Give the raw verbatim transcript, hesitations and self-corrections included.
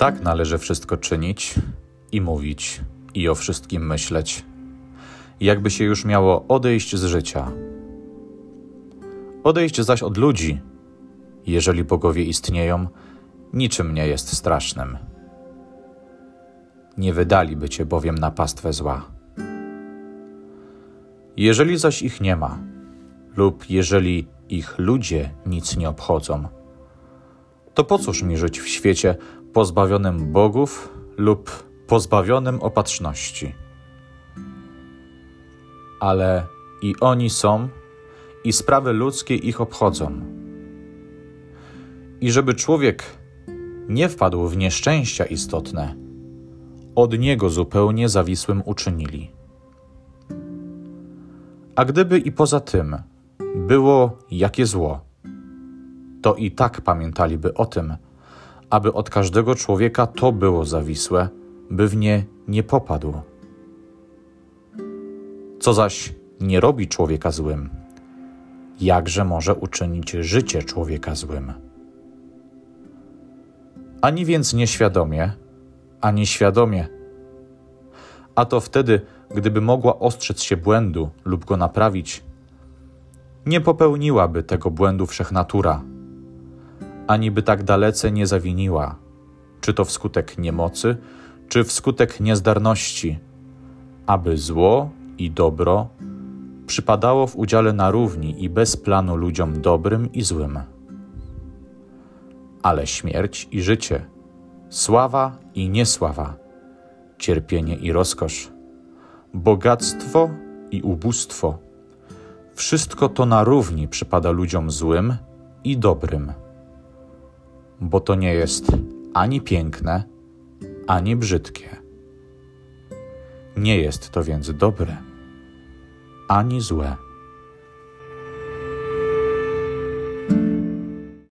Tak należy wszystko czynić i mówić i o wszystkim myśleć, jakby się już miało odejść z życia. Odejść zaś od ludzi, jeżeli bogowie istnieją, niczym nie jest strasznym. Nie wydaliby cię bowiem na pastwę zła. Jeżeli zaś ich nie ma, lub jeżeli ich ludzie nic nie obchodzą, to po cóż mi żyć w świecie pozbawionym bogów lub pozbawionym opatrzności? Ale i oni są, i sprawy ludzkie ich obchodzą. I żeby człowiek nie wpadł w nieszczęścia istotne, od niego zupełnie zawisłym uczynili. A gdyby i poza tym było jakie zło, to i tak pamiętaliby o tym, aby od każdego człowieka to było zawisłe, by w nie nie popadł. Co zaś nie robi człowieka złym, jakże może uczynić życie człowieka złym? Ani więc nieświadomie, ani świadomie. A to wtedy, gdyby mogła ostrzec się błędu lub go naprawić, nie popełniłaby tego błędu wszechnatura, ani by tak dalece nie zawiniła, czy to wskutek niemocy, czy wskutek niezdarności, aby zło i dobro przypadało w udziale na równi i bez planu ludziom dobrym i złym. Ale śmierć i życie, sława i niesława, cierpienie i rozkosz, bogactwo i ubóstwo, wszystko to na równi przypada ludziom złym i dobrym, bo to nie jest ani piękne, ani brzydkie. Nie jest to więc dobre, ani złe.